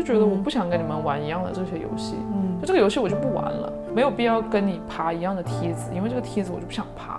觉得我不想跟你们玩一样的这些游戏，就这个游戏我就不玩了，没有必要跟你爬一样的梯子，因为这个梯子我就不想爬。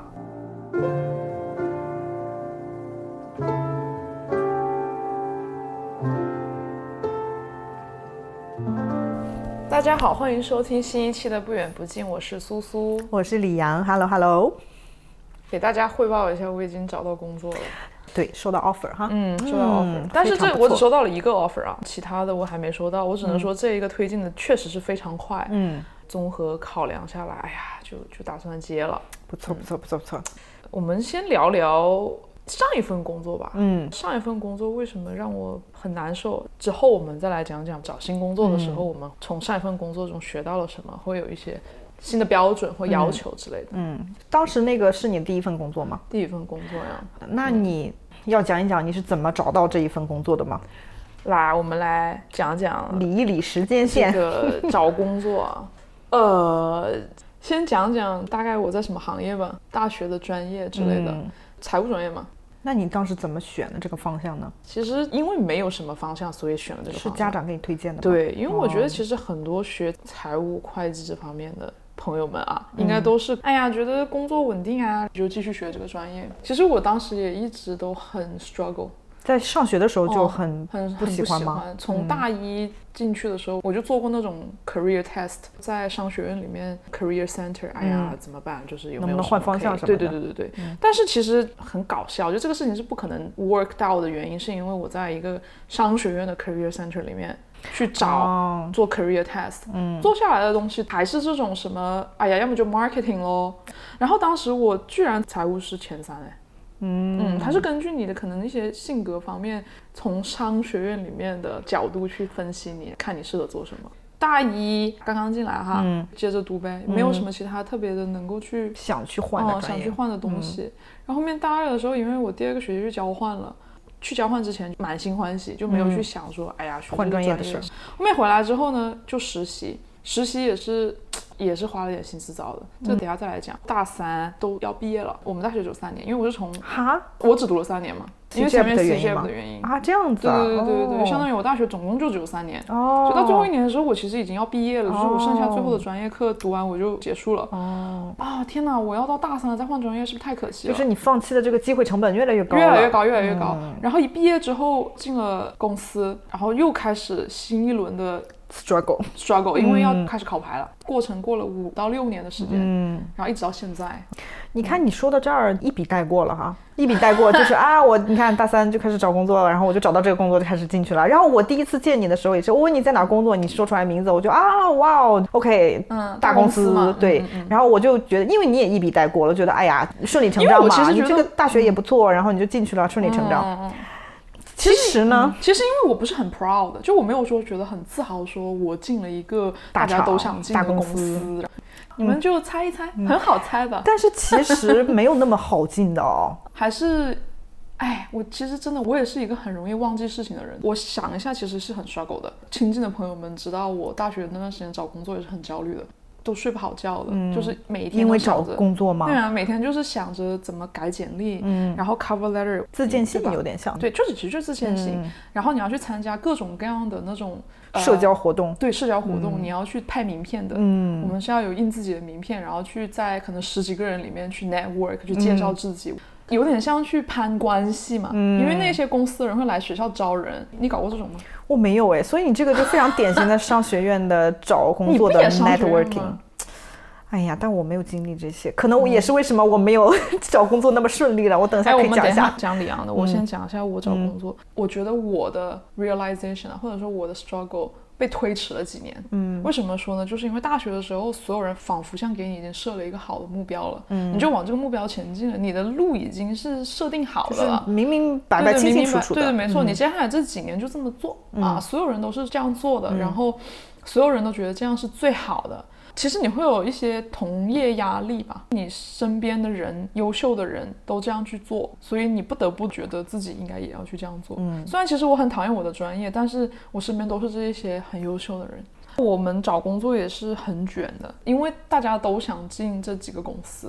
大家好，欢迎收听新一期的不远不近，我是苏苏， 我是李阳 ，Hello， 给大家汇报一下，我已经找到工作了。 对，收到 offer 哈， 收到 offer，但是这我只收到了一个 offer 啊，其他的我还没收到，我只能说这一个推进的确实是非常快，综合考量下来，哎呀，就打算接了。 不错。 我们先聊聊上一份工作吧，上一份工作为什么让我很难受？之后我们再来讲讲找新工作的时候，我们从上一份工作中学到了什么，会有一些新的标准或要求之类的。 当时那个是你的第一份工作吗？ 第一份工作呀。 那你要讲一讲你是怎么找到这一份工作的吗？ 来，我们来讲讲理一理时间线。 这个找工作先讲讲大概我在什么行业吧，大学的专业之类的，财务专业嘛。 那你当时怎么选的这个方向呢？ 其实因为没有什么方向，所以选了这个方向。 是家长给你推荐的吗？ 对，因为我觉得其实很多学财务会计这方面的朋友们啊，应该都是哎呀觉得工作稳定啊，就继续学这个专业。其实我当时也一直都很 struggle， 在上学的时候就很不喜欢吗？ 从大一进去的时候，我就做过那种 career test， 在商学院里面 career center， 哎呀怎么办？就是有没有能不能换方向什么的？ 对。但是其实很搞笑，就这个事情是不可能 work out 的原因，是因为我在一个商学院的 career center 里面去找做 career test，做下来的东西还是这种什么，哎呀，要么就 marketing 咯。然后当时我居然财务是前3哎。它是根据你的可能一些性格方面，从商学院里面的角度去分析你，看你适合做什么。大一刚刚进来哈，接着读呗，没有什么其他特别的能够去想去换的专业， 想去换的东西。然后后面大2的时候，因为我第2个学期去交换了，去交换之前满心欢喜，就没有去想说，哎呀， 换专业的事。 后面回来之后呢，就实习也是花了点心思找的，这个等一下再来讲。大3都要毕业了，我们大学只有3年，因为我是从我只读了3年嘛，因为前面 CGF 的原因啊，这样子啊， 对，相当于我大学总共就只有3年，就到最后1年的时候，我其实已经要毕业了，就是我剩下最后的专业课读完我就结束了。天哪，我要到大3了再换专业，是不是太可惜了？ 就是你放弃的这个机会成本越来越高， 越来越高。然后一毕业之后进了公司，然后又开始新一轮的struggle， 因为要开始考牌了，过程过了5到6年的时间，然后一直到现在。 你看你说到这儿一笔带过了哈，一笔带过就是你看大3就开始找工作了，然后我就找到这个工作就开始进去了。然后我第一次见你的时候也是，我问你在哪工作，你说出来名字我就哇哦 OK，大公司对。然后我就觉得，因为你也一笔带过了，觉得哎呀顺理成章嘛，你这个大学也不错，然后你就进去了，顺理成章。其实呢， 因为我不是很 proud， 就我没有说觉得很自豪，说我进了一个大家都想进的公司。你们就猜一猜，很好猜的。 但是其实没有那么好进的哦。 还是，我其实真的我也是一个很容易忘记事情的人。我想一下，其实是很 struggle 的。亲近的朋友们知道，我大学那段时间找工作也是很焦虑的。都睡不好觉的，就是每一天因为找工作嘛， 对啊，每天就是想着怎么改简历，然后 cover letter， 自荐信有点像， 对，其实就是自荐信，然后你要去参加各种各样的那种社交活动， 对，社交活动，你要去派名片的，我们是要有印自己的名片，然后去在可能10几个人里面去 network， 去介绍自己。有点像去攀关系嘛，因为那些公司的人会来学校招人。你搞过这种吗？ 我没有所以你这个就非常典型的商学院的找工作的 networking。哎呀，但我没有经历这些，可能我也是为什么我没有找工作那么顺利了。我等一下可以讲一下。 我们等一下讲李阳的，我先讲一下我找工作。我觉得我的 realization 或者说我的 struggle。被推迟了几年，为什么说呢？就是因为大学的时候，所有人仿佛像给你已经设了一个好的目标了，你就往这个目标前进了，你的路已经是设定好了， 就是明明白白、清清楚楚的。 对，没错，你接下来这几年就这么做所有人都是这样做的，然后所有人都觉得这样是最好的。其实你会有一些同业压力吧，你身边的人优秀的人都这样去做，所以你不得不觉得自己应该也要去这样做。虽然其实我很讨厌我的专业，但是我身边都是这些很优秀的人。我们找工作也是很卷的，因为大家都想进这几个公司，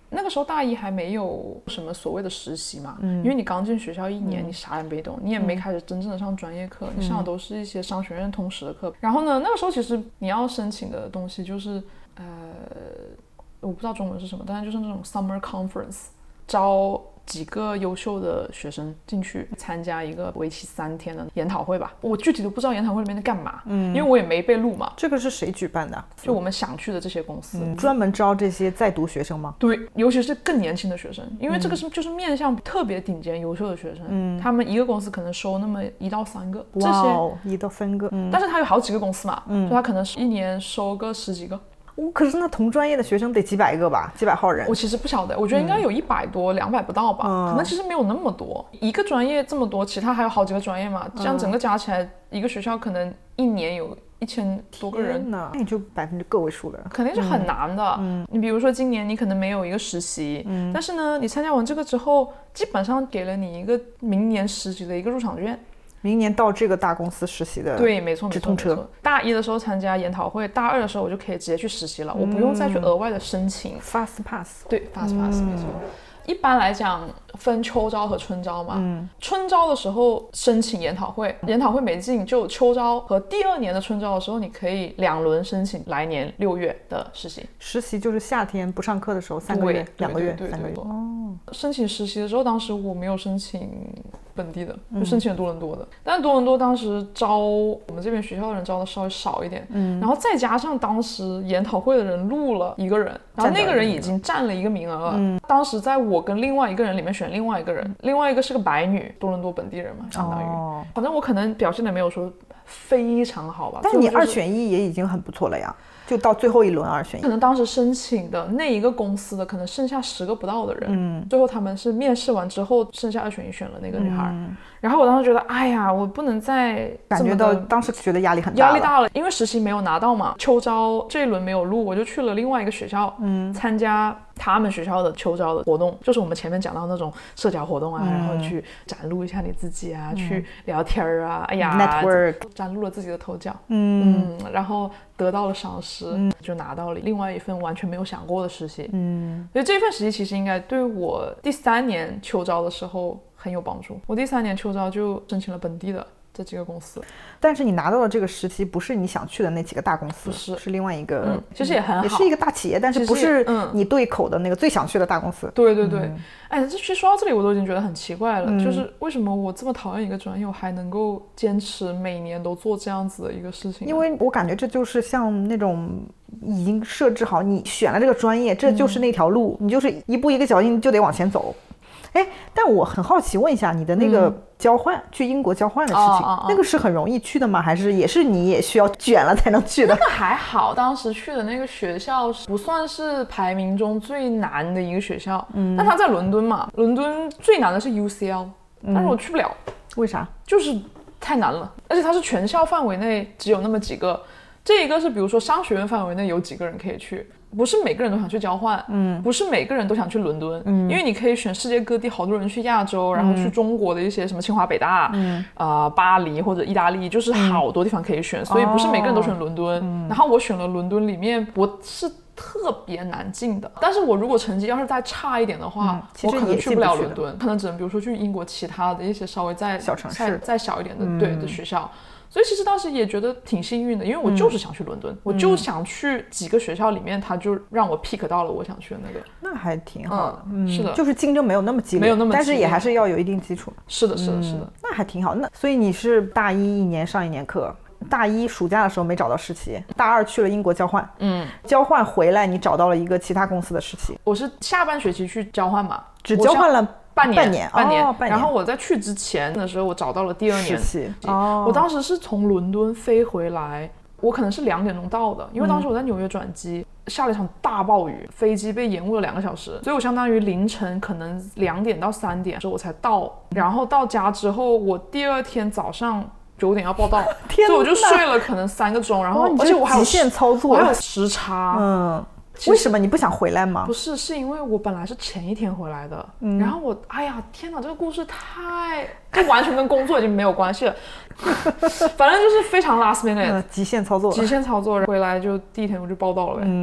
那个时候大一还没有什么所谓的实习嘛，因为你刚进学校1年，你啥也没懂，你也没开始真正的上专业课，你上的都是一些商学院通识的课。然后呢，那个时候其实你要申请的东西就是我不知道中文是什么，但是就是那种 summer conference， 招几个优秀的学生进去参加一个为期3天的研讨会吧。我具体都不知道研讨会里面在干嘛，因为我也没被录嘛。 这个是谁举办的？ 就我们想去的这些公司， 专门招这些在读学生吗？ 对，尤其是更年轻的学生，因为这个就是面向特别顶尖优秀的学生，他们一个公司可能收那么1到3个，这些 1到3个， 但是他有好几个公司嘛，所以他可能是1年收个10几个。 可是那同专业的学生得几百个吧，几百号人。 我其实不晓得，我觉得应该有100多200不到吧，可能其实没有那么多。一个专业这么多，其他还有好几个专业嘛，这样整个加起来，一个学校可能1年有1000多个人， 那也就个位数了， 肯定是很难的。你比如说今年你可能没有一个实习，但是呢，你参加完这个之后，基本上给了你一个明年实习的一个入场券。 明年到这个大公司实习的， 对，没错， 直通车。 大一的时候参加研讨会，大2的时候我就可以直接去实习了，我不用再去额外的申请 Fast Pass。 对 ，Fast Pass，没错。一般来讲分秋招和春招嘛，春招的时候申请研讨会，研讨会没进就有秋招，和第2年的春招的时候，你可以2轮申请来年6月的实习。 实习就是夏天不上课的时候3个月、2个月、3个月。 申请实习的时候，当时我没有申请本地的，就申请了多伦多的，但是多伦多当时招我们这边学校的人招的稍微少一点，然后再加上当时研讨会的人录了1个人，然后那个人已经占了1个名额了，当时在我跟另外1个人里面选另外1个人，另外1个是个白女，多伦多本地人嘛，相当于，反正我可能表现的没有说非常好吧， 但你2选1也已经很不错了呀。就到最后一轮2选1， 可能当时申请的那一个公司的可能剩下10个不到的人，最后他们是面试完之后剩下2选1选了那个女孩，然后我当时觉得，哎呀，我不能再感觉到当时觉得压力很大， 压力大了，因为实习没有拿到嘛，秋招这一轮没有录，我就去了另外一个学校，参加他们学校的秋招的活动，就是我们前面讲到那种社交活动啊，然后去展露一下你自己啊，去聊天啊，哎呀 ，network， 展露了自己的头角，然后得到了赏识，就拿到了另外一份完全没有想过的实习，所以这份实习其实应该对我第3年秋招的时候很有帮助。我第3年秋招就申请了本地的这几个公司， 但是你拿到的这个实习不是你想去的那几个大公司，是另外一个， 其实也很好， 也是一个大企业，但是不是你对口的那个最想去的大公司。 对对对，哎，其实说到这里我都已经觉得很奇怪了，就是为什么我这么讨厌一个专业，我还能够坚持每年都做这样子的一个事情？ 因为我感觉这就是像那种已经设置好，你选了这个专业，这就是那条路，你就是一步一个脚印就得往前走。哎，但我很好奇，问一下你的那个交换，去英国交换的事情，那个是很容易去的吗？还是也是你也需要卷了才能去的？ 那个还好，当时去的那个学校不算是排名中最难的一个学校，但它在伦敦嘛，伦敦最难的是 UCL，但是我去不了， 为啥？ 就是太难了，而且它是全校范围内只有那么几个，这一个是比如说商学院范围内有几个人可以去。不是每个人都想去交换，不是每个人都想去伦敦，因为你可以选世界各地好多人去亚洲，然后去中国的一些什么清华北大，巴黎或者意大利，就是好多地方可以选，所以不是每个人都选伦敦，然后我选了伦敦里面不是特别难进的，但是我如果成绩要是再差一点的话，我可能去不了伦敦，可能只能比如说去英国其他的一些稍微再小城市再小一点的对的学校。所以其实当时也觉得挺幸运的，因为我就是想去伦敦，我就想去几个学校里面，他就让我 pick 到了我想去的那个， 那还挺好的。 是的， 就是竞争没有那么激烈，但是也还是要有一定基础。 是的，是的，是的， 那还挺好。那所以你是大一1年上1年课，大一暑假的时候没找到实习，大2去了英国交换，交换回来你找到了一个其他公司的实习。 我是下半学期去交换嘛， 只交换了半年， 然后我在去之前的时候，我找到了第2年实习。 我当时是从伦敦飞回来，我可能是2点钟到的，因为当时我在纽约转机，下了一场大暴雨，飞机被延误了2个小时，所以我相当于凌晨可能2点到3点我才到，然后到家之后，我第2天早上9点要报到，所以我就睡了可能3个钟，然后而且我还有极限操作， 我还有时差， 为什么你不想回来吗？ 不是，是因为我本来是前一天回来的，然后我，哎呀，天哪，这个故事就完全跟工作已经没有关系了，反正就是非常 last minute， 极限操作， 回来就第1天我就报到了呗。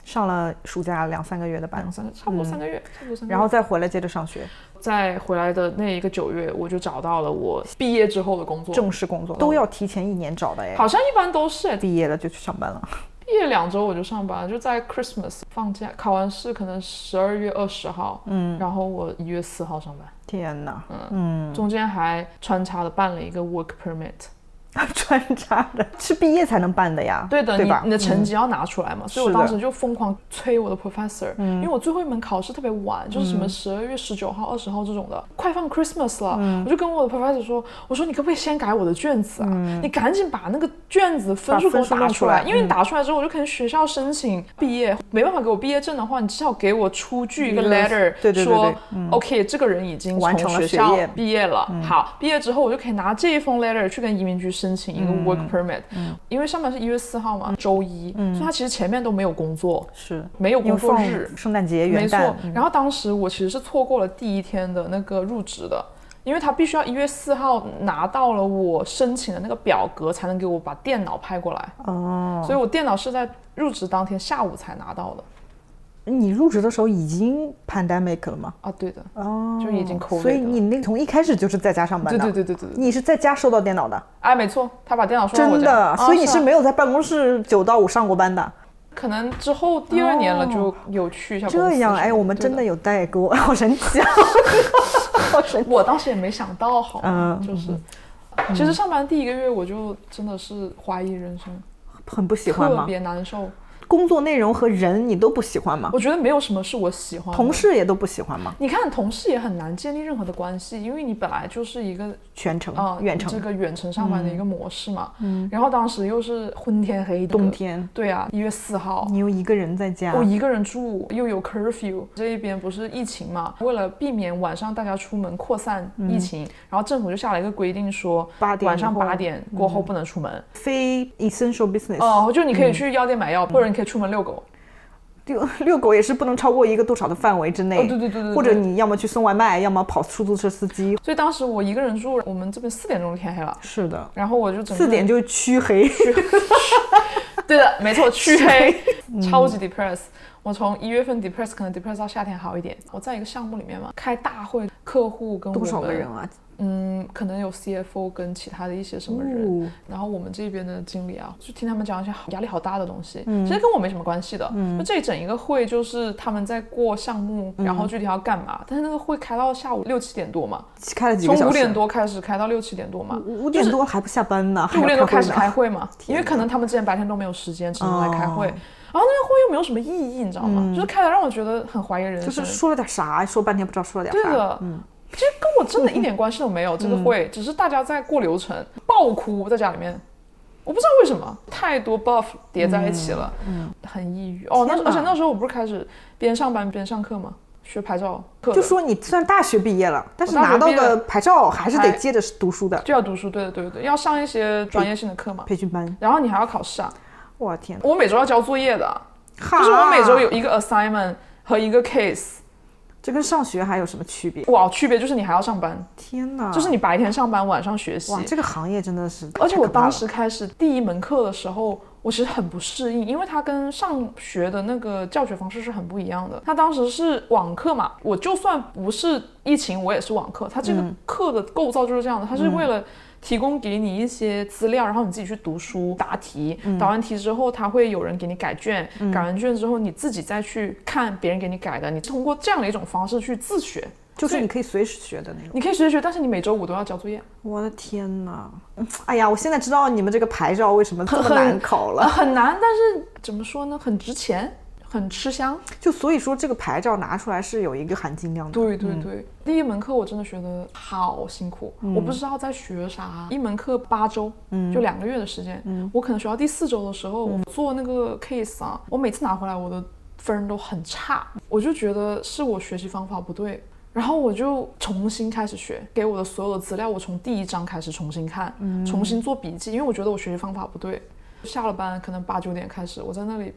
上了暑假2-3个月的班， 差不多3个月， 然后再回来接着上学。 再回来的那一个9月，我就找到了我毕业之后的工作， 正式工作都要提前1年找的哎， 好像一般都是毕业了就去上班了。 毕业2周我就上班，就在 Christmas 放假，考完试可能12月20号，然后我1月4号上班。 天哪， 中间还穿插的办了一个 work permit。 穿插的是毕业才能办的呀， 对的， 对吧？ 你的成绩要拿出来嘛，所以我当时就疯狂催我的 professor，因为我最后一门考试特别晚，就是什么12月19号、20号这种的，快放 Christmas 了，我就跟我的 professor 说，我说你可不可以先改我的卷子啊？你赶紧把那个卷子分数给我打出来，因为你打出来之后，我就可能学校申请毕业，没办法给我毕业证的话，你至少给我出具一个 letter， 说 OK 这个人已经从学校毕业了，好，毕业之后我就可以拿这一封 letter 去跟移民局申请一个 work permit，因为上班是1月4号嘛，周一，所以他其实前面都没有工作， 是没有工作日， 圣诞节、元旦， 没错。然后当时我其实是错过了第1天的那个入职的，因为他必须要1月4号拿到了我申请的那个表格，才能给我把电脑派过来。所以我电脑是在入职当天下午才拿到的。 你入职的时候已经 pandemic 了吗？ 啊，对的，就已经 COVID 了。 所以你那从一开始就是在家上班的？ 对， 你是在家收到电脑的？ 哎，没错，他把电脑送到我家。 真的，所以你是没有在办公室9到5上过班的？ 可能之后第2年了就有去一下公司。 这样，哎，我们真的有代沟，好神奇啊！好神奇。 我当时也没想到，好吗？其实上班第1个月我就真的是怀疑人生， 很不喜欢吗？ 特别难受。 工作内容和人你都不喜欢吗？ 我觉得没有什么是我喜欢的。 同事也都不喜欢吗？ 你看同事也很难建立任何的关系，因为你本来就是一个全程远程这个远程上班的一个模式嘛。然后当时又是昏天黑地， 冬天。 对啊，1月4号， 你又一个人在家， 我一个人住，又有 curfew， 这一边不是疫情嘛，为了避免晚上大家出门扩散疫情，然后政府就下了一个规定说晚上8点过后不能出门， 非 essential business。 就你可以去药店买药，或者你可以出门遛狗。 遛狗也是不能超过一个多少的范围之内， 对， 或者你要么去送外卖，要么跑出租车司机。 所以当时我一个人住，我们这边4点钟就天黑了。 是的， 然后我就 4点就黢黑。 对的，没错，黢黑，超级 depressed。我从1月份 depressed， 可能 depressed 到夏天好一点。我在一个项目里面嘛，开大会，客户跟我们多少个人啊？ 可能有 CFO 跟其他的一些什么人，然后我们这边的经理啊，就听他们讲一些压力好大的东西，其实跟我没什么关系的。就这整一个会就是他们在过项目，然后具体要干嘛，但是那个会开到下午6-7点多嘛， 开了几个小时， 从5点多开始开到6-7点多嘛 ，5点多还不下班呢 ，5点多开始开会嘛，因为可能他们之前白天都没有时间，只能来开会。然后那个会又没有什么意义，你知道吗？就是开的让我觉得很怀疑人生， 就是说了点啥，说半天不知道说了点啥。 对的，其实跟我真的一点关系都没有。这个会只是大家在过流程，爆哭在家里面，我不知道为什么，太多 buff 叠在一起了，很抑郁。而且那时候我不是开始边上班边上课吗？学牌照课， 就说你虽然大学毕业了，但是拿到的牌照还是得接着读书的， 就要读书，对，要上一些专业性的课嘛， 培训班， 然后你还要考试啊。 我天， 我每周要交作业的，就是我每周有一个 assignment 和一个 case。 这跟上学还有什么区别？ 哇，区别就是你还要上班。 天哪， 就是你白天上班，晚上学习。 哇，这个行业真的是， 而且我当时开始第1门课的时候，我其实很不适应，因为它跟上学的那个教学方式是很不一样的。它当时是网课嘛，我就算不是疫情，我也是网课。它这个课的构造就是这样的，它是为了提供给你一些资料，然后你自己去读书答题，答完题之后他会有人给你改卷，改完卷之后你自己再去看别人给你改的，你通过这样的一种方式去自学， 就是你可以随时学的那种。 你可以随时学，但是你每周5都要交作业。 我的天哪！哎呀，我现在知道你们这个牌照为什么这么难考了， 很难，但是怎么说呢，很值钱，很吃香。 就所以说这个牌照拿出来是有一个含金量的。 对，第1门课我真的学得好辛苦，我不知道在学啥。1门课8周，就2个月的时间，我可能学到第4周的时候，我做那个 case 啊，我每次拿回来我的分都很差，我就觉得是我学习方法不对。然后我就重新开始学，给我的所有的资料我从第1章开始重新看，重新做笔记，因为我觉得我学习方法不对。下了班可能8-9点开始，我在那里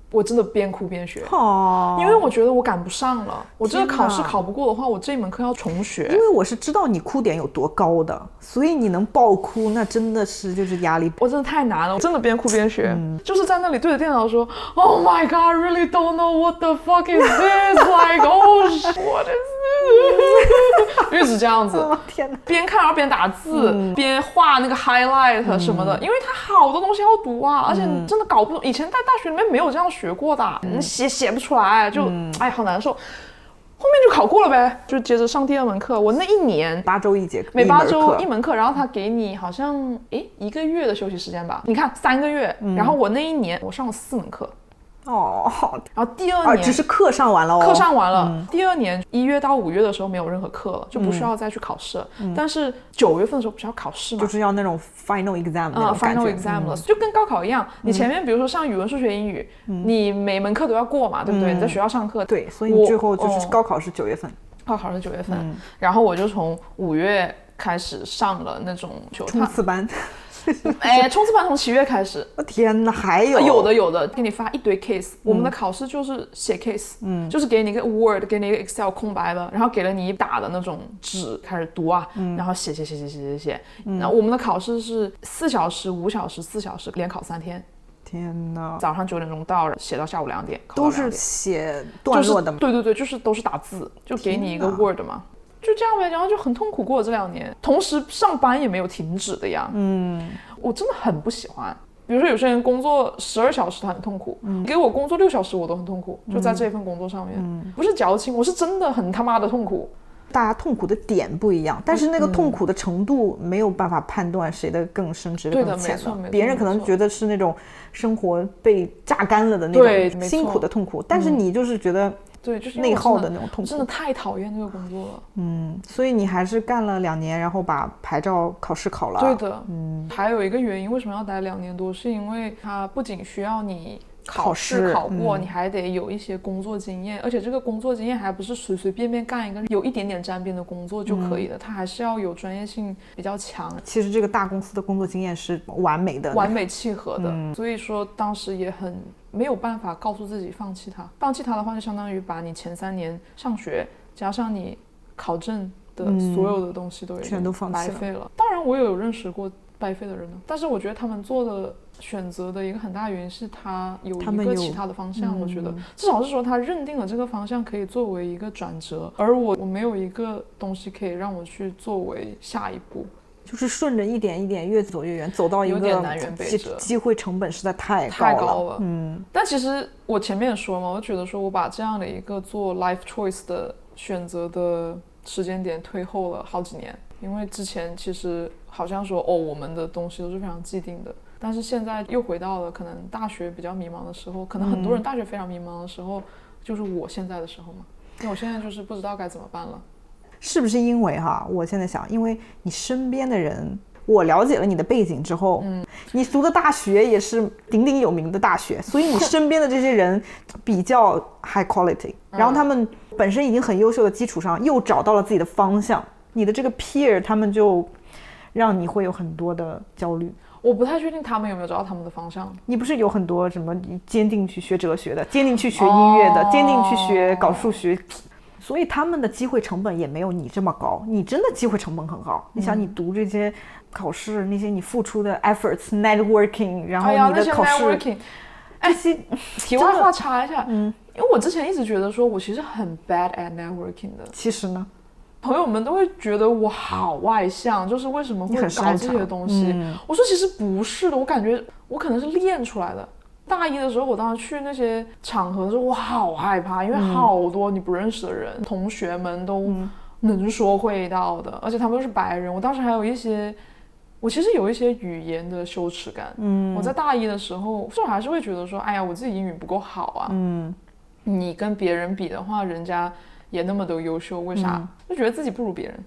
我真的边哭边学， 因为我觉得我赶不上了，我这个考试考不过的话，我这一门课要重学。 因为我是知道你哭点有多高的，所以你能爆哭，那真的是就是压力。 我真的太难了，我真的边哭边学，就是在那里对着电脑说 ，Oh my God, I really don't know what the fuck is this, like, oh, what is this？ 一直这样子， 天哪！ 边看然后边打字，边画那个 highlight 什么的，因为它好多东西要读啊，而且真的搞不懂，以前在大学里面没有这样学过的，你写不出来，就哎好难受。后面就考过了呗，就接着上第二门课。我那一年 8周一节课， 每8周一门课，然后他给你好像1个月的休息时间吧。你看3个月，然后我那一年我上了4门课。然后第二年只是课上完了课上完了。第二年1月到5月的时候没有任何课了，就不需要再去考试。但是9月份的时候不是要考试吗？ 就是要那种 final exam 那种感觉。 final exam 了，就跟高考一样。你前面比如说上语文、数学、英语，你每门课都要过嘛，对不对？你在学校上课。 对，所以你最后就是高考是9月份。 高考是9月份，然后我就从5月开始上了那种冲刺班。 冲刺班从7月开始。 天哪，还有的给你发一堆 case，我们的考试就是写 case，就是给你一个 Word， 给你一个 Excel 空白的，然后给了你一打的那种纸，开始读啊，然后写。然后我们的考试是4小时、5小时、4小时，连考3天。 天哪！ 早上9点钟到，写到下午2点， 都是写段落的吗？ 对，就是都是打字，就给你一个 Word 嘛。就这样呗，然后就很痛苦过这2年，同时上班也没有停止的呀。我真的很不喜欢。比如说有些人工作12小时他很痛苦，给我工作6小时我都很痛苦，就在这份工作上面，不是矫情，我是真的很他妈的痛苦。 大家痛苦的点不一样，但是那个痛苦的程度没有办法判断谁的更深，谁的更浅的。别人可能觉得是那种生活被榨干了的那种辛苦的痛苦，但是你就是觉得对，就是内耗的那种痛苦， 真的太讨厌那个工作了。 所以你还是干了2年，然后把牌照考试考了。 对的，还有一个原因为什么要待2年多，是因为它不仅需要你考试考过，你还得有一些工作经验，而且这个工作经验还不是随随便便干一个有一点点沾边的工作就可以的，它还是要有专业性比较强。 其实这个大公司的工作经验是完美的， 完美契合的，所以说当时也很没有办法告诉自己放弃它。放弃它的话，就相当于把你前3年上学加上你考证的所有的东西都全都放弃了， 白费了。当然我也有认识过白费的人呢，但是我觉得他们做的选择的一个很大原因是他有一个其他的方向，我觉得至少是说他认定了这个方向可以作为一个转折，而我没有一个东西可以让我去作为下一步， 就是顺着一点一点越走越远，走到一个机会成本实在太高了。 但其实我前面也说嘛，我觉得说我把这样的一个做 life choice 的选择的时间点推后了好几年，因为之前其实好像说我们的东西都是非常既定的，但是现在又回到了可能大学比较迷茫的时候，可能很多人大学非常迷茫的时候，就是我现在的时候嘛，因为我现在就是不知道该怎么办了。 是不是因为我现在想，因为你身边的人，我了解了你的背景之后，你读的大学也是鼎鼎有名的大学，所以你身边的这些人比较 high quality，然后他们本身已经很优秀的基础上，又找到了自己的方向，你的这个 peer 他们就让你会有很多的焦虑。 我不太确定他们有没有找到他们的方向。 你不是有很多什么坚定去学哲学的，坚定去学音乐的，坚定去学搞数学，所以他们的机会成本也没有你这么高，你真的机会成本很高。你想你读这些考试，那些你付出的 efforts networking， 然后你的考试， 这些题外话插一下，因为我之前一直觉得说我其实很 bad at networking 的。 其实呢， 朋友们都会觉得我好外向，就是为什么会搞这些东西。我说其实不是的，我感觉我可能是练出来的。大一的时候，我当时去那些场合的时候，我好害怕，因为好多你不认识的人，同学们都能说会道的，而且他们都是白人。我当时还有一些，我其实有一些语言的羞耻感。我在大一的时候，我还是会觉得说，哎呀，我自己英语不够好啊。你跟别人比的话，人家也那么的优秀，为啥？就觉得自己不如别人。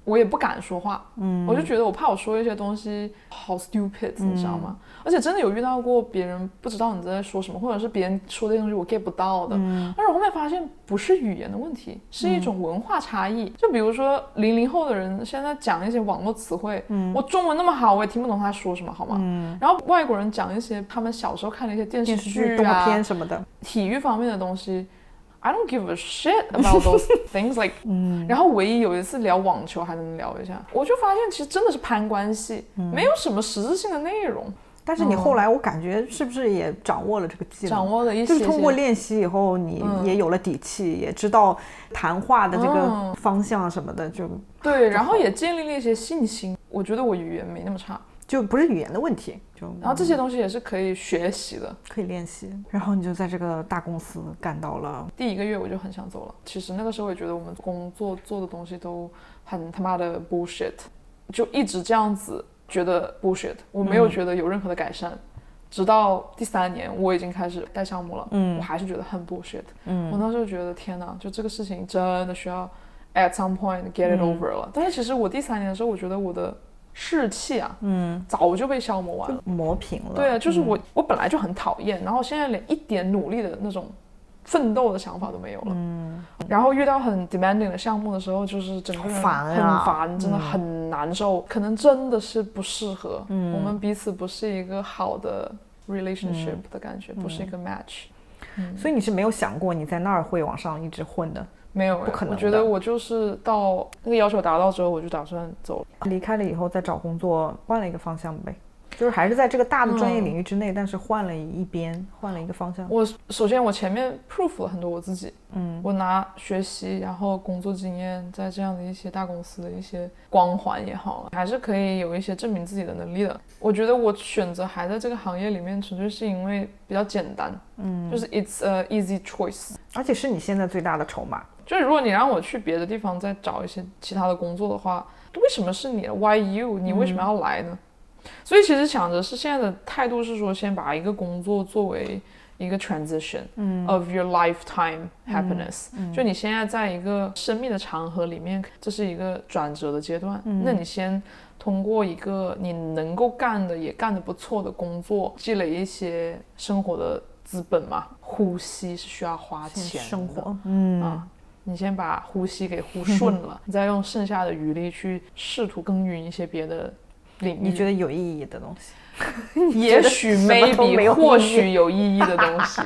我也不敢说话，我就觉得我怕我说一些东西好 stupid，你知道吗？而且真的有遇到过别人不知道你在说什么，或者是别人说这些东西我 get 不到的，但是我后面发现不是语言的问题，是一种文化差异。就比如说00后的人现在讲一些网络词汇，我中文那么好，我也听不懂他说什么，好吗？然后外国人讲一些他们小时候看的一些电视剧、 动画片什么的， 体育方面的东西。I don't give a shit about those things like 然后唯一有一次聊网球还能聊一下，我就发现其实真的是攀关系，没有什么实质性的内容。 但是你后来我感觉是不是也掌握了这个技能？ 掌握了一些， 就是通过练习以后你也有了底气，也知道谈话的这个方向什么的，就对，然后也建立了一些信心。我觉得我语言没那么差， 就不是语言的问题， 然后这些东西也是可以学习的， 可以练习。然后你就在这个大公司干到了第1个月，我就很想走了。其实那个时候也觉得我们工作做的东西都很他妈的 bullshit， 就一直这样子觉得 bullshit， 我没有觉得有任何的改善。直到第3年我已经开始带项目了，我还是觉得很 bullshit。我那时候觉得天哪，就这个事情真的需要 at some point get it over 了。但是其实我第3年的时候，我觉得我的士气啊，早就被消磨完了， 磨平了。 对啊，就是我本来就很讨厌，然后现在连一点努力的那种奋斗的想法都没有了。然后遇到很 demanding 的项目的时候，就是整个人很烦，真的很难受。可能真的是不适合，我们彼此不是一个好的 relationship 的感觉，不是一个 match。 所以你是没有想过你在那儿会往上一直混的？ 没有， 不可能。 我觉得我就是到那个要求达到之后，我就打算走了。 离开了以后再找工作，换了一个方向呗。就是还是在这个大的专业领域之内，但是换了一边，换了一个方向。 首先我前面 proof 了很多我自己，我拿学习然后工作经验，在这样的一些大公司的一些光环也好，还是可以有一些证明自己的能力的。我觉得我选择还在这个行业里面，纯粹是因为比较简单，就是 it's a easy choice， 而且是你现在最大的筹码。 就是如果你让我去别的地方再找一些其他的工作的话，为什么是你 ？Why you？ 你为什么要来呢？所以其实想着是现在的态度是说，先把一个工作作为一个 transition of your lifetime happiness，就你现在在一个生命的长河里面，这是一个转折的阶段，那你先通过一个你能够干的也干得不错的工作，积累一些生活的资本嘛。呼吸是需要花钱的， 生活你先把呼吸给呼顺了，你再用剩下的余力去试图耕耘一些别的领域， 你觉得有意义的东西也许 maybe 或许有意义的东西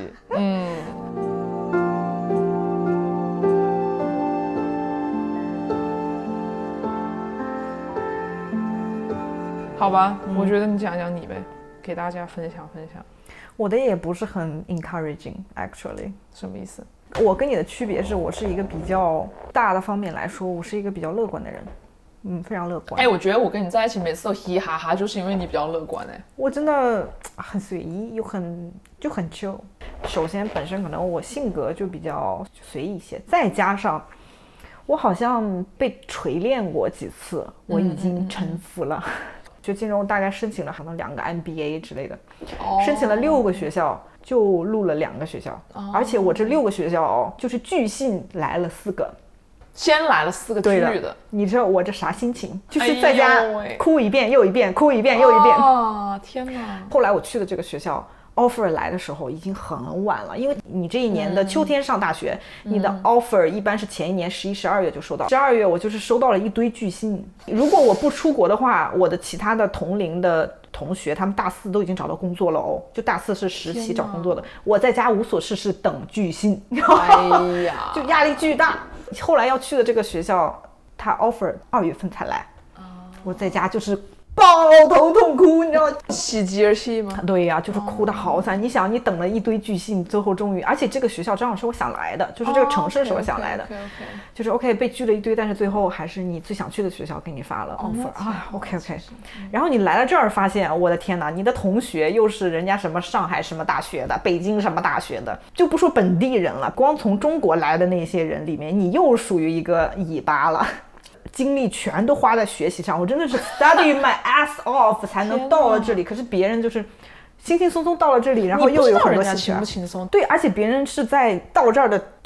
好吧，我觉得你讲讲你呗，给大家分享分享。 我的也不是很 encouraging actually。 什么意思？ 我跟你的区别是，我是一个比较大的方面来说，我是一个比较乐观的人，非常乐观。 我觉得我跟你在一起每次都嘻嘻哈哈，就是因为你比较乐观。 我真的很随意，又很 chill。首先本身可能我性格就比较随意一些，再加上我好像被锤炼过几次，我已经臣服了。就金融大概申请了好像2个 MBA 之类的，申请了6个学校，就录了2个学校，而且我这6个学校就是巨信来了4个， 先来了4个巨的， 你知道我这啥心情？就是在家哭一遍又一遍，哭一遍又一遍。 天哪！ 后来我去的这个学校offer 来的时候已经很晚了，因为你这一年的秋天上大学，你的 offer 一般是前一年11、12月就收到。12月我就是收到了一堆巨信。如果我不出国的话，我的其他的同龄的同学他们大4都已经找到工作了哦，就大4是实习找工作的，我在家无所事事等巨信。就压力巨大。后来要去的这个学校他 offer 2月份才来，我在家就是抱头痛哭，你知道吗？ 喜极而泣吗？ 对呀，就是哭得好惨。你想，你等了一堆巨信，最后终于，而且这个学校正好是我想来的，就是这个城市是我想来的，就是 OK 被拒了一堆，但是最后还是你最想去的学校给你发了 offer OK。然后你来了这儿，发现我的天哪，你的同学又是人家什么上海什么大学的，北京什么大学的，就不说本地人了，光从中国来的那些人里面，你又属于一个尾巴了。精力全都花在学习上，我真的是 study my ass off 才能到了这里。可是别人就是轻轻松松到了这里，然后又有很多轻不轻松。 对，而且别人是在到这儿的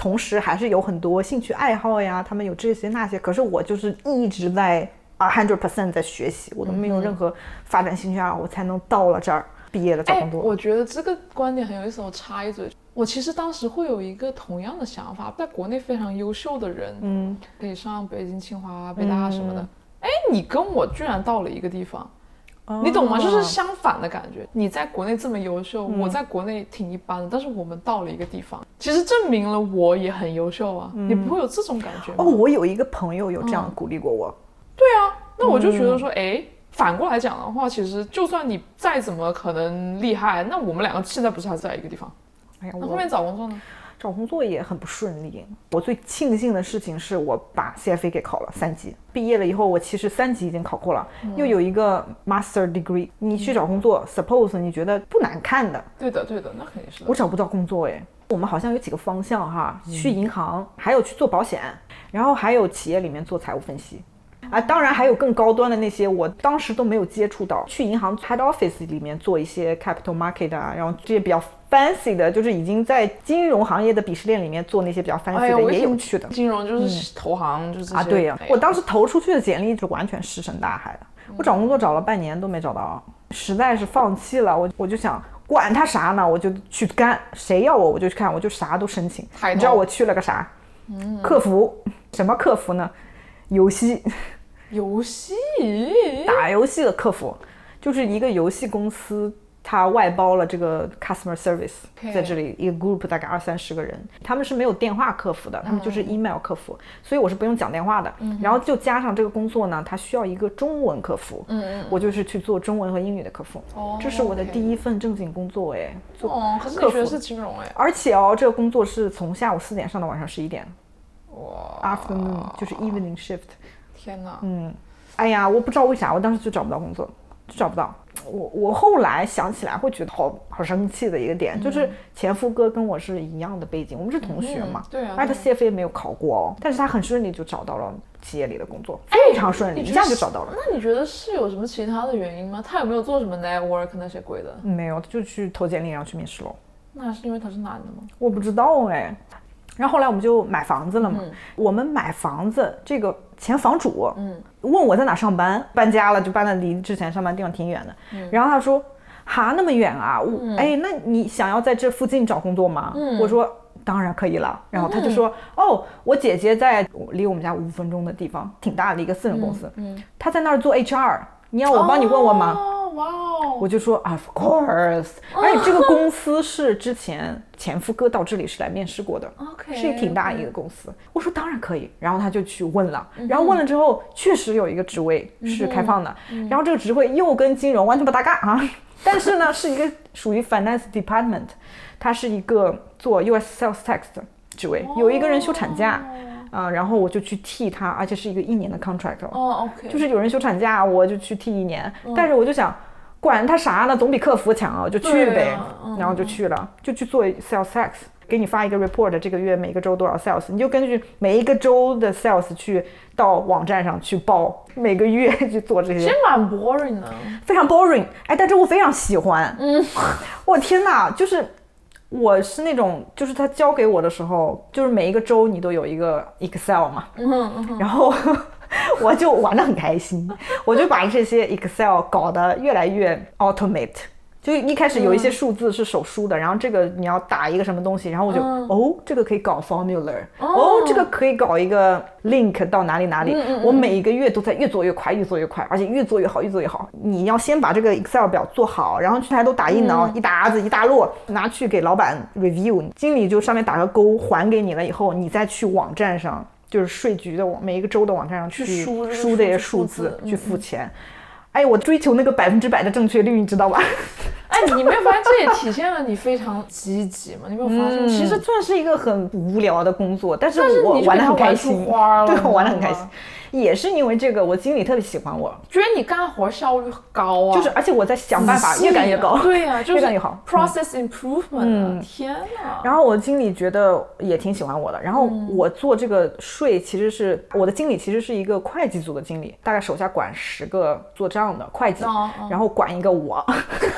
同时还是有很多兴趣爱好呀，他们有这些那些，可是我就是一直在100% 在学习，我都没有任何发展兴趣爱好，我才能到了这儿毕业了找工作。 我觉得这个观点很有意思，我插一嘴，我其实当时会有一个同样的想法，在国内非常优秀的人，可以上北京清华北大什么的，你跟我居然到了一个地方，你懂吗？就是相反的感觉。你在国内这么优秀，我在国内挺一般的，但是我们到了一个地方，其实证明了我也很优秀啊。你不会有这种感觉吗？ 我有一个朋友有这样鼓励过我。 对啊，那我就觉得说，反过来讲的话，其实就算你再怎么可能厉害，那我们两个现在不是还在一个地方？那后面找工作呢？ 找工作也很不顺利。我最庆幸的事情是我把 CFA 给考了3级，毕业了以后我其实3级已经考过了，又有一个 Master Degree。你去找工作 ，suppose 你觉得不难看的。 对的，那肯定是的。 我找不到工作我们好像有几个方向哈，去银行，还有去做保险，然后还有企业里面做财务分析。当然还有更高端的那些，我当时都没有接触到。去银行 head office 里面做一些 capital market 啊，然后这些比较 fancy 的，就是已经在金融行业的鄙视链里面做那些比较 fancy 的，也有去的。 金融就是投行，就是这些对呀。我当时投出去的简历就完全石沉大海了。我找工作找了半年都没找到，实在是放弃了。我就想管他啥呢，我就去干，谁要我就去看，我就啥都申请。你知道我去了个啥？客服。什么客服呢？游戏打游戏的客服，就是一个游戏公司，他外包了这个 customer service， 在这里一个 group 大概20-30个人，他们是没有电话客服的，他们就是 email 客服，所以我是不用讲电话的。然后就加上这个工作呢，它需要一个中文客服，我就是去做中文和英语的客服。这是我的第一份正经工作做可是你学的是金融而且这个工作是从下午4点上到晚上11点。afternoon 就是 evening shift。 天哪！ 哎呀，我不知道为啥，我当时就找不到工作，就找不到。我后来想起来会觉得好生气的一个点，就是前夫哥跟我是一样的背景，我们是同学嘛。 对啊。 他 CFA 没有考过但是他很顺利就找到了企业里的工作，非常顺利，一下就找到了。 那你觉得是有什么其他的原因吗？他有没有做什么 network 那些鬼的？ 没有，就去投简历然后去面试了。 那是因为他是男的吗？ 我不知道然后后来我们就买房子了嘛。我们买房子，这个前房主问我在哪上班，搬家了就搬得离之前上班地方挺远的。然后他说那么远啊，那你想要在这附近找工作吗？我说当然可以了。然后他就说我姐姐在离我们家5分钟的地方，挺大的一个私人公司，她在那儿做 HR， 你要我帮你问问吗？我就说 Of course。 而且这个公司是之前前夫哥到这里是来面试过的，是挺大一个公司。我说当然可以，然后他就去问了，然后问了之后确实有一个职位是开放的，然后这个职位又跟金融完全不搭嘎但是呢是一个属于 finance department， 它是一个做 US sales tax 的职位，有一个人休产假然后我就去替他，而且是一个1年的 contract。就是有人休产假，我就去替1年。但是我就想，管他啥呢，总比客服强啊，我就去呗。然后就去了，就去做 sales tax， 给你发一个 report， 这个月每个周多少 sales， 你就根据每一个周的 sales 去到网站上去报，每个月去做这些。 其实蛮 boring 的， 非常 boring。但是我非常喜欢。我天哪，就是。我是那种，就是他交给我的时候，就是每一个周你都有一个 Excel 嘛，然后我就玩得很开心，我就把这些 Excel 搞得越来越 automate。就一开始有一些数字是手输的，然后这个你要打一个什么东西，然后我就这个可以搞 formula， 这个可以搞一个 link 到哪里哪里。我每一个月都在越做越快，越做越快，而且越做越好，越做越好。你要先把这个 Excel 表做好，然后全都打印了，一沓子一大摞，拿去给老板 review， 经理就上面打个勾还给你了以后，你再去网站上，就是税局的每一个州的网站上去输这些数字去付钱。我追求那个100%的正确率，你知道吧？ 你没有发现这也体现了你非常积极吗？你没有发现？ 其实算是一个很无聊的工作，但是我玩得很开心。对，我玩得很开心。也是因为这个，我经理特别喜欢我， 觉得你干活效率高啊。 就是，而且我在想办法越干越高。 对呀，就是越干越好。 process improvement。天哪！ 然后我经理觉得也挺喜欢我的。然后我做这个税，其实是我的经理其实是一个会计组的经理，大概手下管10个做账的会计，然后管一个我。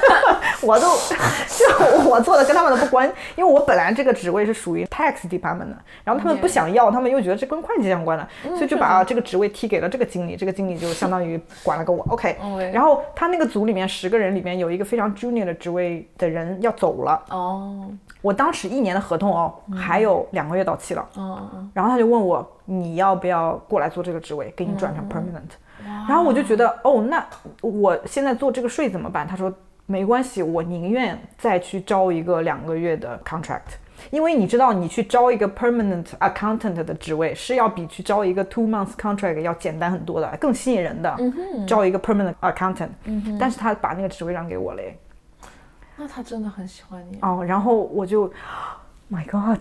我做的跟他们的不关，因为我本来这个职位是属于 tax department 的，然后他们不想要，他们又觉得这跟会计相关的，所以就把这个职位踢给了这个经理，这个经理就相当于管了个我 OK， 然后他那个组里面10个人里面有一个非常 junior 的职位的人要走了我当时1年的合同还有2个月到期了然后他就问我你要不要过来做这个职位，给你转成 permanent，然后我就觉得那我现在做这个税怎么办？他说没关系，我宁愿再去招一个2个月的 contract， 因为你知道你去招一个 permanent accountant 的职位是要比去招一个 2 months contract 要简单很多的，更吸引人的招一个 permanent accountant，但是他把那个职位让给我了耶。 那他真的很喜欢你然后我就My God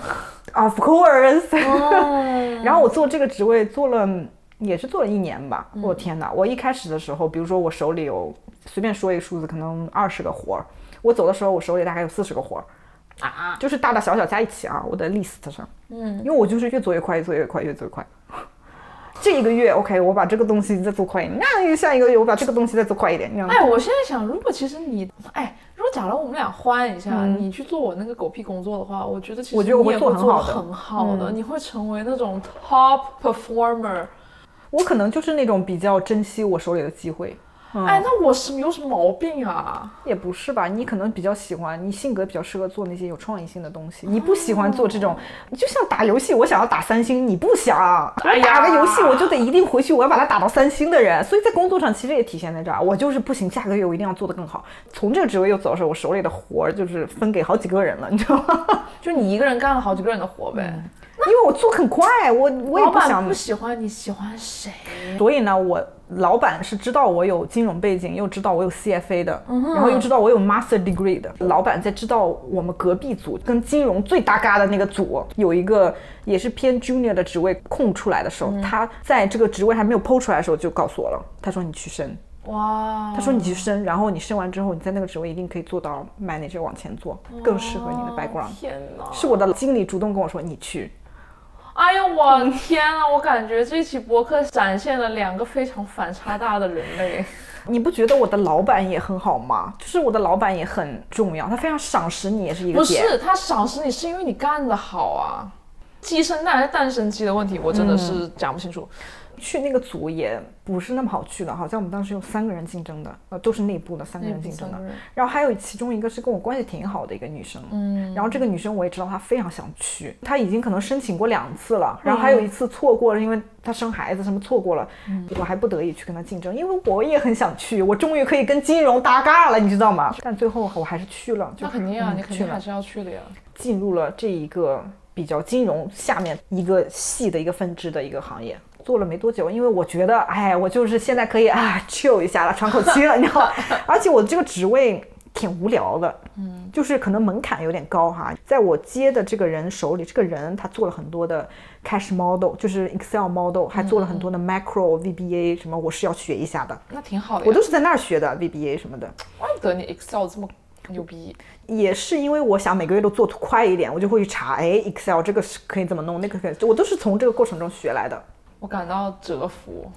Of course 然后我做这个职位也是做了1年吧我天哪，我一开始的时候比如说我手里有随便说一个数字可能20个活我走的时候我手里大概有40个活就是大大小小加一起我的 list 上因为我就是越做越快越做越快越做越快这一个月 OK 我把这个东西再做快一点，那下一个月我把这个东西再做快一点。 我现在想如果其实你如果假如我们俩换一下你去做我那个狗屁工作的话，我觉得其实我会做很好的你会成为那种 top performer。 我可能就是那种比较珍惜我手里的机会那我有什么毛病啊？ 也不是吧，你可能比较喜欢，你性格比较适合做那些有创意性的东西，你不喜欢做这种你就像打游戏我想要打3星你不想我打个游戏我就得一定回去我要把它打到3星的人，所以在工作上其实也体现在这儿，我就是不行，下个月我一定要做得更好。从这个职位又走的时候，我手里的活就是分给好几个人了，你知道吗？ 就你一个人干了好几个人的活呗因为我做很快我也不想。 老板不喜欢你喜欢谁？ 所以呢我老板是知道我有金融背景又知道我有 CFA 的然后又知道我有 master degree 的。老板在知道我们隔壁组跟金融最搭嘎的那个组有一个也是偏 junior 的职位空出来的时候他在这个职位还没有 PO 出来的时候就告诉我了，他说你去升他说你去升，然后你升完之后你在那个职位一定可以做到 manager 往前做，更适合你的 background。 天哪， 是我的经理主动跟我说你去。 哎呦我天啊我感觉这期播客展现了2个非常反差大的人类。 你不觉得我的老板也很好吗？就是我的老板也很重要，他非常赏识你也是一个点。 不是他赏识你是因为你干得好鸡生蛋还是蛋生鸡的问题我真的是讲不清楚去那个组也不是那么好去的，好像我们当时有3个人竞争的，都是内部的3个人竞争的，然后还有其中一个是跟我关系挺好的一个女生，然后这个女生我也知道她非常想去，她已经可能申请过2次了，然后还有一次错过了，因为她生孩子什么错过了，我还不得已去跟她竞争，因为我也很想去，我终于可以跟金融搭嘎了，你知道吗？但最后我还是去了。 那肯定你肯定还是要去的呀。 进入了这一个比较金融下面一个细的一个分支的一个行业。做了没多久，因为我觉得我就是现在可以chill一下了，喘口气了，你知道而且我这个职位挺无聊的就是可能门槛有点高在我接的这个人手里，这个人他做了很多的 cash model 就是 Excel model 还做了很多的 macro VBA 什么，我是要学一下的。 那挺好的呀， 我都是在那儿学的 VBA 什么的。 怪不得你 Excel 这么牛逼。 也是因为我想每个月都做快一点，我就会去查Excel 这个是可以怎么弄，那个可以，我都是从这个过程中学来的。 我感到折服。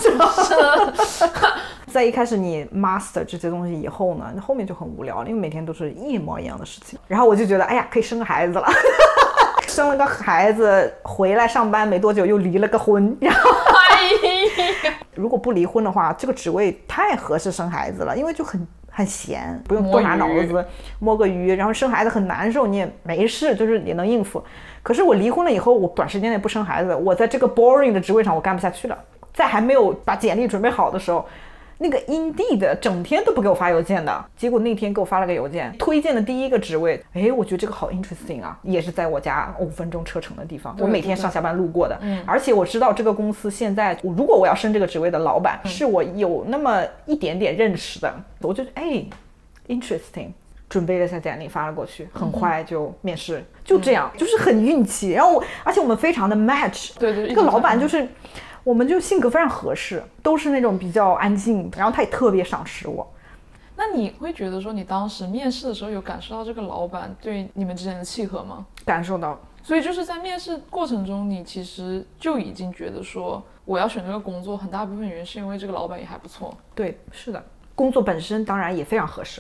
在一开始你 master 这些东西以后呢，后面就很无聊了，因为每天都是一模一样的事情。然后我就觉得可以生个孩子了。生了个孩子回来上班没多久又离了个婚，然后如果不离婚的话这个职位太合适生孩子了，因为就很闲，不用多拿脑子摸个鱼，然后生孩子很难受你也没事，就是也能应付。可是我离婚了以后，我短时间内不生孩子，我在这个 boring 的职位上我干不下去了。在还没有把简历准备好的时候，那个 Indeed 整天都不给我发邮件的，结果那天给我发了个邮件，推荐的第一个职位，我觉得这个好 interesting 也是在我家5分钟车程的地方，我每天上下班路过的。而且我知道这个公司现在如果我要升这个职位的老板是我有那么一点点认识的，我就interesting， 准备了下简历发了过去，很快就面试，就这样，就是很运气。然后而且我们非常的 match， 对， 这个老板就是我们就性格非常合适，都是那种比较安静，然后他也特别赏识我。 那你会觉得说你当时面试的时候有感受到这个老板对你们之间的契合吗？ 感受到。 所以就是在面试过程中你其实就已经觉得说我要选这个工作很大部分原因是因为这个老板也还不错。 对，是的，工作本身当然也非常合适。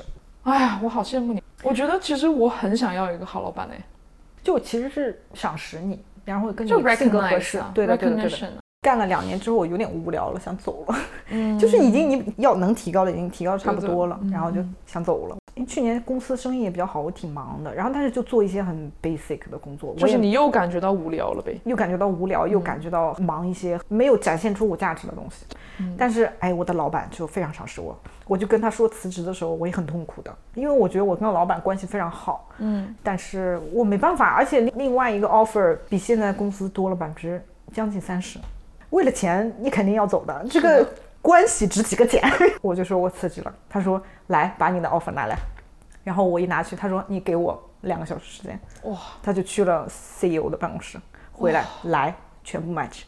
哎呀，我好羡慕你。我觉得其实我很想要一个好老板哎， 就其实是赏识你，然后跟你就性格合适。对的对的对的。干了2年之后，我有点无聊了，想走了。就是已经你要能提高的已经提高的差不多了，然后就想走了。因为去年公司生意也比较好，我挺忙的，然后但是就做一些很 basic 的工作， 就是你又感觉到无聊了呗， 又感觉到无聊，又感觉到忙一些没有展现出我价值的东西。但是我的老板就非常赏识我，我就跟他说辞职的时候，我也很痛苦的，因为我觉得我跟老板关系非常好，但是我没办法，而且另外一个 offer 比现在公司多了将近30%，为了钱你肯定要走的，这个关系值几个钱？我就说我辞职了，他说来把你的 offer 拿来，然后我一拿去，他说你给我2个小时时间，哇，他就去了 CEO 的办公室，回来来全部 match，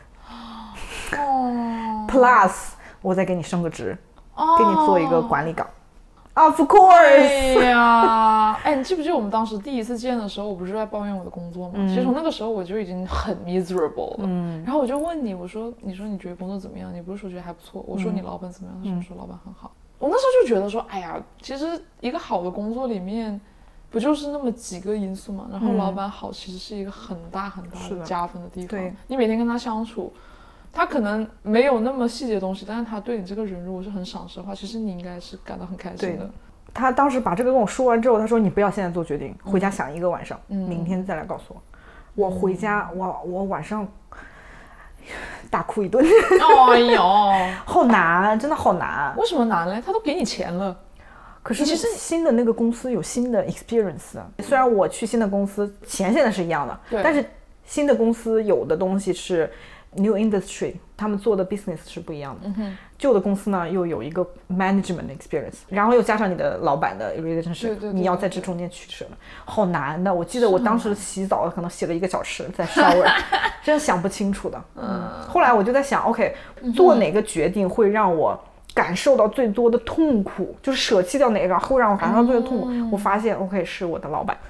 plus 我再给你升个职，给你做一个管理岗。Of course。 哎呀，你记不记得我们当时第一次见的时候，我不是在抱怨我的工作吗？其实从那个时候我就已经很 miserable 了。然后我就问你，我说你觉得工作怎么样？你不是说觉得还不错？我说你老板怎么样？他说老板很好。我那时候就觉得说，哎呀，其实一个好的工作里面，不就是那么几个因素嘛？然后老板好，其实是一个很大很大的加分的地方。对，你每天跟他相处。他可能没有那么细节的东西，但是他对你这个人如果是很赏识的话，其实你应该是感到很开心的。 他当时把这个跟我说完之后，他说你不要现在做决定，回家想一个晚上，明天再来告诉我。我回家，我晚上大哭一顿。 哎呦， 好难，真的好难。 为什么难嘞？他都给你钱了。 可是新的那个公司有新的 experience， 虽然我去新的公司钱现在是一样的，但是新的公司有的东西是New industry， 他们做的 business 是不一样的。旧的公司呢，又有一个 management experience， 然后又加上你的老板的 relationship， 你要在这中间取舍，好难的。我记得我当时洗澡可能洗了1个小时在 shower， 真想不清楚的。后来我就在想 ，OK， 做哪个决定会让我感受到最多的痛苦，就是舍弃掉哪个会让我感受到最多的痛苦。我发现 OK 是我的老板。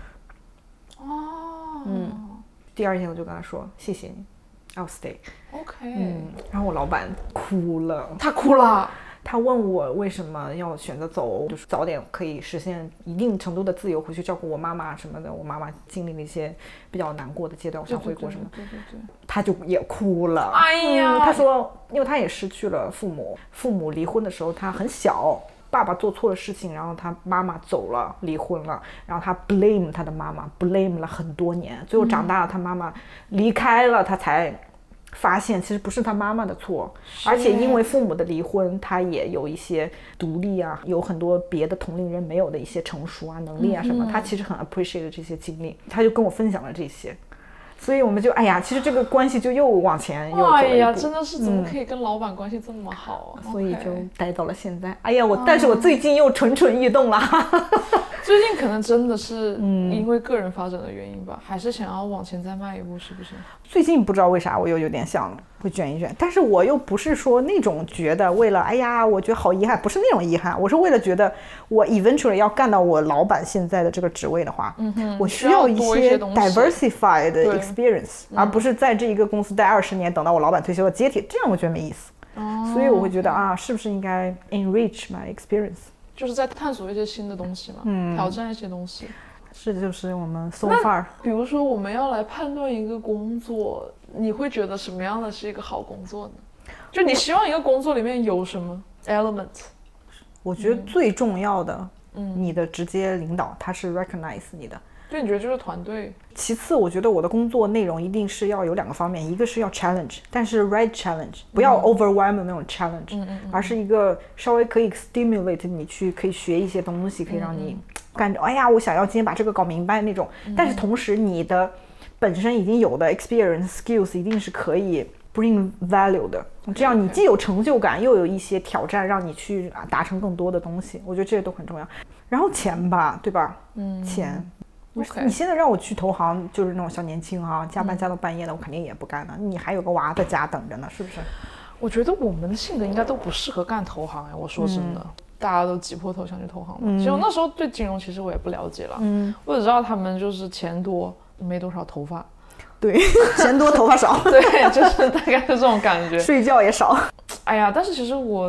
第2天我就跟他说谢谢你。I'll stay。OK。然后我老板哭了， 他哭了， 他问我为什么要选择走，就是早点可以实现一定程度的自由，回去照顾我妈妈什么的。我妈妈经历了一些比较难过的阶段，我想回国什么的。对。他就也哭了。 哎呀， 他说，因为他也失去了父母，父母离婚的时候他很小。爸爸做错了事情，然后他妈妈走了，离婚了，然后他 blame 他的妈妈 blame 了很多年，最后长大了，他妈妈离开了，他才发现其实不是他妈妈的错，而且因为父母的离婚，他也有一些独立啊，有很多别的同龄人没有的一些成熟啊、能力啊什么，他其实很 appreciate 这些经历，他就跟我分享了这些。所以我们就其实这个关系就又往前又走了一步。 哎呀，真的是怎么可以跟老板关系这么好啊？ 所以就待到了现在。但是我最近又蠢蠢欲动了。 最近可能真的是因为个人发展的原因吧，还是想要往前再迈一步，是不是？ 最近不知道为啥我又有点想会卷一卷，但是我又不是说那种觉得为了我觉得好遗憾，不是那种遗憾，我是为了觉得我 eventually 要干到我老板现在的这个职位的话，我需要一些 diversified 的 experience，而不是在这一个公司待20年，等到我老板退休了接替，这样我觉得没意思。所以我会觉得是不是应该 enrich my experience， 就是在探索一些新的东西嘛，挑战一些东西。 是，就是我们 so far。 比如说我们要来判断一个工作，你会觉得什么样的是一个好工作呢？就你希望一个工作里面有什么 element？ 我觉得最重要的，你的直接领导他是 recognize 你的。 对，你觉得就是团队。 其次，我觉得我的工作内容一定是要有2个方面，一个是要 challenge， 但是 right challenge， 不要 overwhelm 的那种 challenge，而是一个稍微可以 stimulate 你去可以学一些东西，可以让你感觉我想要今天把这个搞明白那种。但是同时你的本身已经有的 experience skills 一定是可以 bring value 的，这样你既有成就感，又有一些挑战让你去达成更多的东西。我觉得这些都很重要。然后钱吧，对吧？钱。你现在让我去投行，就是那种小年轻加班加到半夜的，我肯定也不干了。你还有个娃在家等着呢，是不是？ 我觉得我们的性格应该都不适合干投行。我说真的，大家都挤破头想去投行嘛。其实我那时候对金融其实我也不了解了，我只知道他们就是钱多没多少头发。 对，钱多头发少。 对，就是大概是这种感觉。 睡觉也少。 哎呀，但是其实我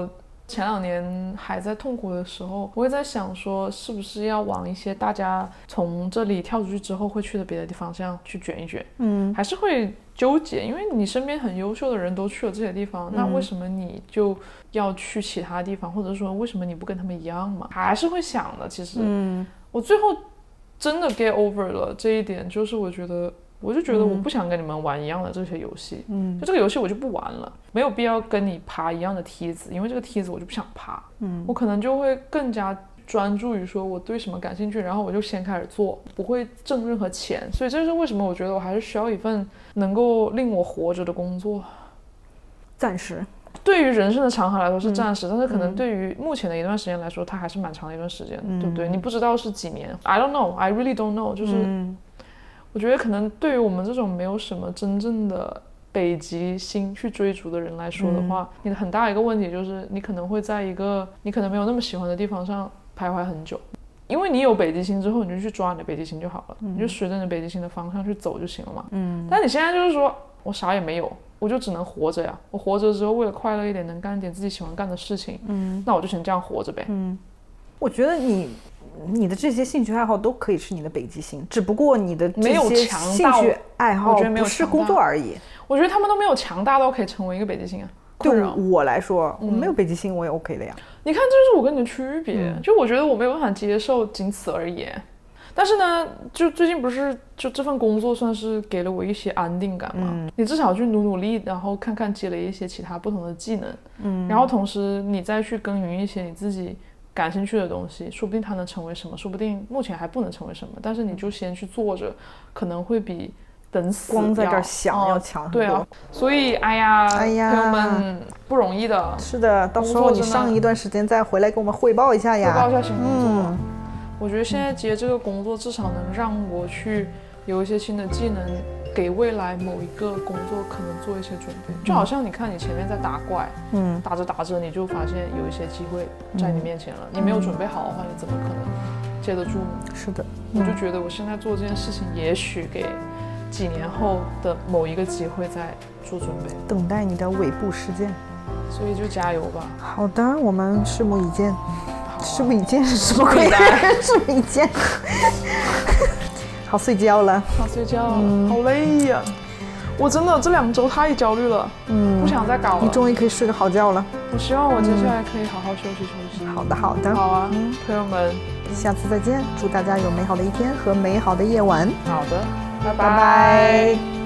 前2年还在痛苦的时候，我会在想说是不是要往一些大家从这里跳出去之后会去的别的方向去卷一卷，还是会纠结，因为你身边很优秀的人都去了这些地方，那为什么你就要去其他地方，或者说为什么你不跟他们一样嘛？还是会想的。其实我最后真的 get over 了这一点，就是我就觉得我不想跟你们玩一样的这些游戏，就这个游戏我就不玩了，没有必要跟你爬一样的梯子，因为这个梯子我就不想爬，我可能就会更加专注于说我对什么感兴趣，然后我就先开始做，不会挣任何钱。所以这就是为什么我觉得我还是需要一份能够令我活着的工作。 暂时对于人生的长河来说是暂时，但是可能对于目前的一段时间来说，它还是蛮长的一段时间，对不对？你不知道是几年 I don't know, I really don't know， 就是我觉得可能对于我们这种没有什么真正的北极星去追逐的人来说的话，你的很大一个问题就是你可能会在一个你可能没有那么喜欢的地方上徘徊很久，因为你有北极星之后，你就去抓你的北极星就好了，你就随着你的北极星的方向去走就行了嘛。但你现在就是说我啥也没有，我就只能活着呀，我活着之后为了快乐一点，能干一点自己喜欢干的事情，那我就先这样活着呗。 我觉得你的这些兴趣爱好都可以是你的北极星，只不过你的这些兴趣爱好不是工作而已。 我觉得他们都没有强大到可以成为一个北极星啊。 对我来说，我没有北极星我也 OK 的呀。 你看，这就是我跟你的区别。就我觉得我没有办法接受，仅此而已。但是呢，就最近不是就这份工作算是给了我一些安定感嘛。你至少去努力，然后看看积累一些其他不同的技能，然后同时你再去耕耘一些你自己感兴趣的东西，说不定它能成为什么，说不定目前还不能成为什么，但是你就先去做着，可能会比等死光在这儿想要强很多。 对啊，所以哎呀，朋友们不容易的。 是的，到时候你上一段时间再回来给我们汇报一下呀。 汇报一下新工作。我觉得现在接这个工作至少能让我去有一些新的技能，给未来某一个工作可能做一些准备。就好像你看你前面在打怪，打着打着你就发现有一些机会在你面前了，你没有准备好的话，你怎么可能接得住呢？ 是的， 我就觉得我现在做这件事情，也许给几年后的某一个机会再做准备， 等待你的尾部事件。 所以就加油吧。 好的，我们拭目以见。拭目以见是什么鬼？拭目以见。好睡觉了， 好睡觉了，好累呀！我真的这2周太焦虑了，不想再搞了。 你终于可以睡个好觉了。 我希望我接下来可以好好休息休息。 好的，好的， 好啊，朋友们， 下次再见，祝大家有美好的一天和美好的夜晚。 好的，拜拜拜。